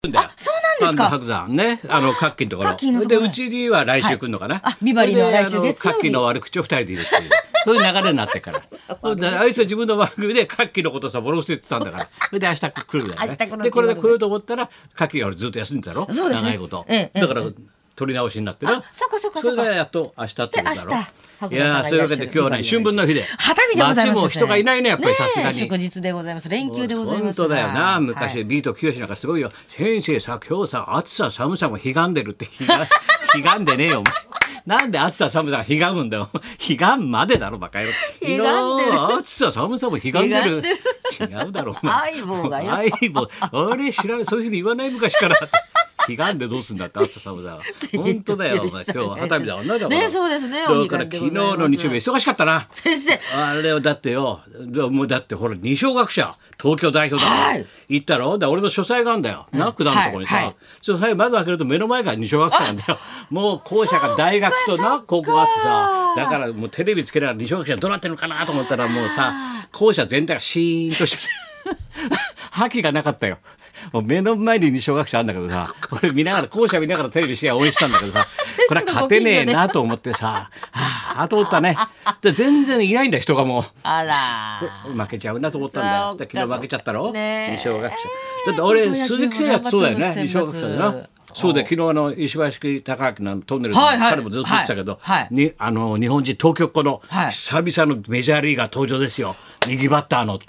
あ、そうなんですか。 白山ね、カッキーのところ。 カッキーのところで、うちには来週来るのかな。 あ、ビバリーの来週月曜日カッキーの悪口を2人で言うっていう。そういう流れになってからであいつは自分の番組でカッキーのことさボロクソ言ってたんだからそれで明日来るんだよね。 明日来るでこれで来ると思ったらカッキーがずっと休んでたろ。 そうですね長いこと、 ええだから取り直しになってな。 そうかそうかそそうか。 れがやっと明日ってことだろ。 で明日いやーそういうわけで今日はね春分の日で旗日でございます。 街も人がいないねやっぱりさすがに。 祝日でございます。連休でございます。 本当だよな。昔はいビートきよしなんかすごいよ。先生さ今日さ暑さ寒さもひがんでるってひがんでねえよお前。なんで暑さ寒さがひがむんだよ。ひがんまでだろバカ野郎。 ひがんでる暑さ寒さもひがんでる。違うだろお前。 相棒がよ相棒。俺知らないそういうふうに言わない昔から。ひがんでどうすんだって暑さ寒さは。本当だよお前今日は旗日だもんな。だからねそうですね。 だから昨日の日曜日忙しかったな。 先生。 あれはだってよもうだってほら二小学者東京代表だから、行ったろ。で俺の書斎があるんだよな九段のとこにさ、 はい書斎窓開けると目の前が二小学者なんだよ。もう校舎が大学とな高校があってさだからもうテレビつけながら二小学者どうなってるのかなと思ったらもうさ校舎全体がシーンとして覇気がなかったよ。もう目の前に二小学者あんだけどさ俺見ながら校舎見ながらテレビして応援したんだけどさこれは勝てねえなと思ってさと思ったね。で全然いないんだよ人がもう。 あら負けちゃうなと思ったんだよ。 そうか昨日負けちゃったろ。 ね二小学者だって俺鈴木誠也ってそうだよね二小学者でな。そうで昨日石橋貴明のトンネルではいはい彼もずっと言ってたけど、 はいに日本人東京っ子のはい久々のメジャーリーガー登場ですよ。右バッターの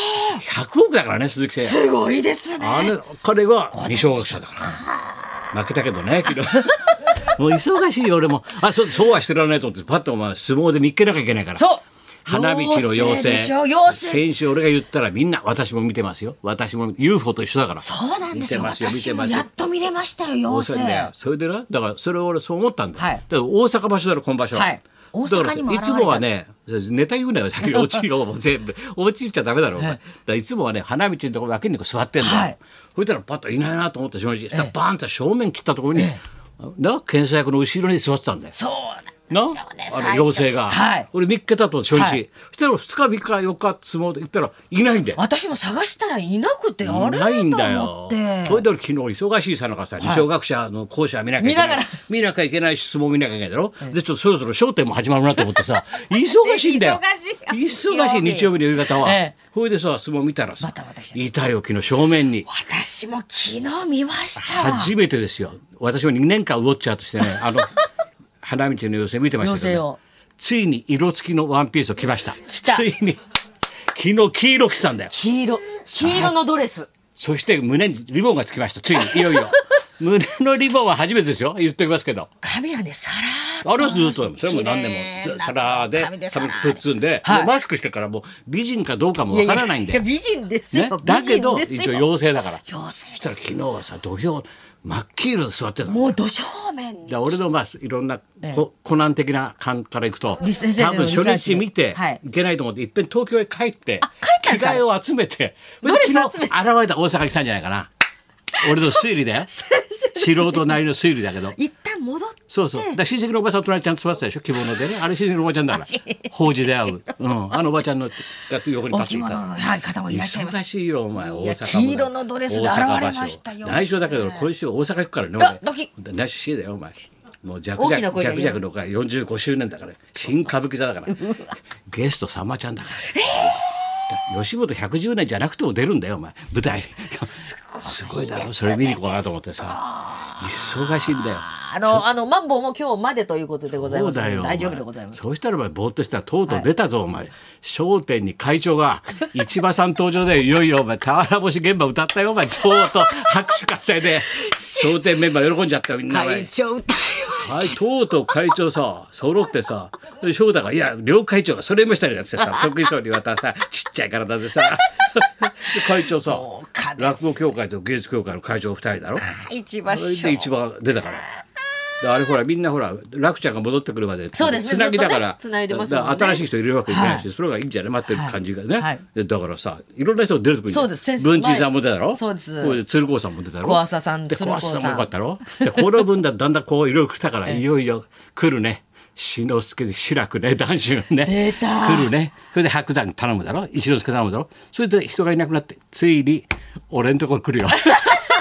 100億だからね鈴木誠也。 すごいですね。 彼が二小学者だから負けたけどね昨日もう忙しいよ俺もそうはしてられないと思ってパッとお前相撲で見っけなきゃいけないから。 そう花道の妖精でしょ妖精。 先週俺が言ったらみんな私も見てますよ。私も UFO と一緒だから。 そうなんですよ。 見てますよ見私もてますよやっと見れましたよ妖そうだよ精。 それでなだからそれを俺そう思ったんだよ、 はいだから大阪場所だろ今場所、 はい大阪にも現れただからいつもはねネタ言うなよだけど落ちよもう全部落ちちゃダメだろお前、だからいつもはね花道のところ脇にこう座ってんだよ、 はいそしたらパッといないなと思った正直、バーンと正面切ったところに、な検査役の後ろに座ってたんだよそうななんですよね。 妖精が、 はい。 俺見っけたと初日、 はいそしたら2日3日4日相撲で行ったらいないんだよ。 私も探したらいなくてあれないんだと思よって。 それで俺昨日忙しいさなかさ二小学者の校舎見なきゃいけない見ながら見なきゃいけないし相撲見なきゃいけないだろ、でちょっとそろそろ『笑点』も始まるなと思ってさ忙しいんだよ忙しい日曜日の夕方は、 ええそれでさ相撲見たらさまた私いたよ昨日正面に私も昨日見ました。 初めてですよ。私も2年間ウォッチャーとしてね花道の妖精見てましたけど、 妖精をついに色付きのワンピースを着ました。 着たついに昨日黄色着てたんだよ。 黄色のドレス。 そして胸にリボンがつきました。ついにいよいよ胸のリボンは初めてですよ言っておきますけど、 髪はねサラーあれはずっとそれも何年もサラで髪でサラ髪ーくっつんで、 はいもうマスクしてからもう美人かどうかもわからないんで、 美人ですよ。 ね、だけど美人ですよ一応妖精だから。 妖精そしたら昨日はさ土俵真っ黄色で座ってたの。 もう土正面に。 だ俺のまあいろんなコナン的な感からいくとリ先生の多分初日見てはいいけないと思っていっぺん東京へ帰って帰ったんですか着替えを集めてドレス集めて昨日現れた大阪に来たんじゃないかな。俺の推理で素人なりの推理だけど一旦戻って。 そうそうだから親戚のおばさん隣ちゃんと座ってたでしょ希望のでねあれ親戚のおばちゃんだから法事で会う、あのおばちゃんの横にお着立っていた物のはい方もいらっしゃいます。 忙しいよお前大いや阪も黄色のドレスで現れましたよ。 内緒だけど今週大阪行くからねあドキ内緒してだよお前もう弱大きな声で弱の会45周年だから新歌舞伎座だからゲストさんまちゃんだから吉本110年じゃなくても出るんだよお前舞台にすごいだろそれ見に行こうかなと思ってさ忙しいんだよ。 マンボウも今日までということでございますのでそうだよ大丈夫でございます。 そうしたらばぼーっとしたらとうとう出たぞ、お前笑点に会長が市場さん登場でいよいよお前俵星現場歌ったよお前とうとう拍手喝采で笑点メンバー喜んじゃったよみんなお前会長歌いはい、とうとう会長さ揃ってさ翔太が「いや両会長がそれましたよ」ってさ得意そうに渡さちっちゃい体でさで会長さ豪華です落語協会と芸術協会の会長2人だろ。 一番それで一番出たから。であれほらみんなほら楽ちゃんが戻ってくるまでそうですねつなぎだから、 ずっとね繋いでますもんねだから新しい人入れるわけいけないし、 はそれがいいんじゃない待ってる感じがね、 はいでだからさいろんな人出るとくるんそうです先生文珍さんも出たろ。 そうですこれで鶴光さんも出たろ。 小朝さんで小鶴光さん朝さんもよかったろ。でこの分だんだんこういろいろ来たからいよいよ来るね。志の輔で志らくね談春ね出た来るね。それで白山頼むだろ石之助頼むだろ。それで人がいなくなってついに俺のところ来るよ。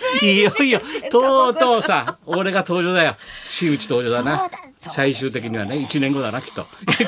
いよいよとうとうさ俺が登場だよ。真打ち登場だな。 そうだ最終的にはね1年後だなきっと。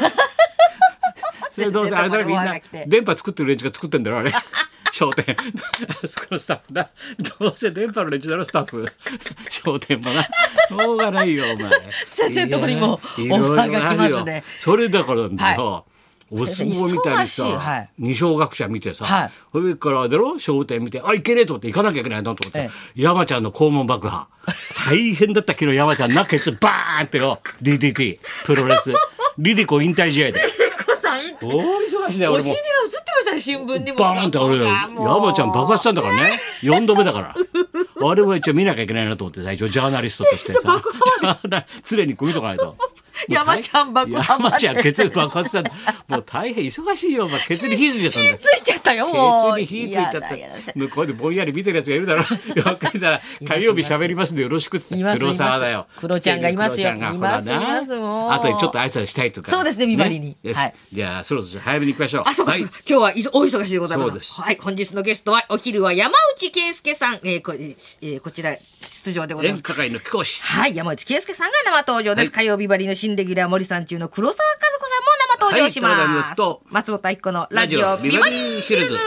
それどうせあれだろみんな全然電波作ってる連中が作ってんだろあれ。商店あそこのスタッフだどうせ電波の連中だろスタッフ商店もなしょうがないよお前。 先生のとこにもオファーが来ますね。 それだからだよ、お相撲みたいに忙しいはさい二小学者見てさ、 はいそれからだろ商店見てあいけねえと思って行かなきゃいけないなと思って、山ちゃんの肛門爆破大変だった昨日山ちゃんなケツバーンってよ DDT プロレスリリコ引退試合で大忙しだよ俺もお尻が映ってましたね新聞にも。 バーンって俺山ちゃん爆発したんだからね4度目だからあれは一応見なきゃいけないなと思って最初ジャーナリストとしてさ常に組みとかないと山ちゃん爆破まで山ちゃんケツ爆発したんだもう大変忙しいよ、ケツに火ついちゃったんだよついちゃったよもう。 ケツに火ついちゃったやだやだ向こうでぼんやり見てるやつがいるだろよく見たら火曜日喋りますんでよろしくっています黒沢だよ黒ちゃんがいますよ黒ちゃんがいますほらないますもうあとでちょっと挨拶したいとかそうですね美バリによしはいじゃあそろそろ早めに行きましょうあ、そうか、 はいそうか今日は大忙しでございます。 そうですはい、本日のゲストはお昼は山内圭介さん、こちら出場でございます。 演歌界の貴公子はい、山内圭介さんが生登場です。 はい火曜日バリの新レギュラー森さん中の黒沢和子さんも生登場します。 はいということで松本明子のラジオビバリーヒルズ。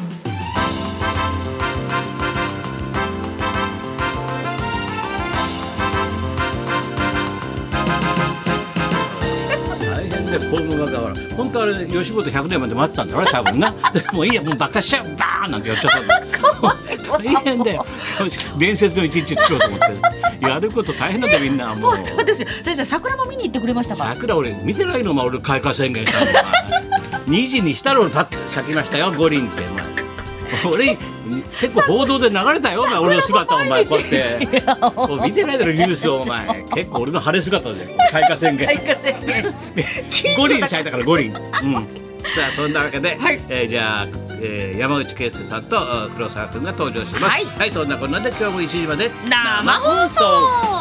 大変でこの中から本当はあれ吉本100年まで待ってたんだろうね多分なもういいやもう爆発しちゃうバーンなんてやっちゃったんだ大変だよ伝説の一日作ろうと思ってやること大変なんだよみんなもうそうですよ。先生、桜も見に行ってくれましたか。 桜俺見てないの俺開花宣言したの2時にしたのパッと咲きましたよ五輪って俺結構報道で流れたよお前俺の姿お前こうやってもう見てないだろニュースをお前結構俺の晴れ姿で開花宣言開花宣言。 五輪咲いたから五輪、さあそんなわけで、 はいじゃあ、山内圭介さんと黒沢君が登場しますはいそんなこんなで今日も1時まで生放送。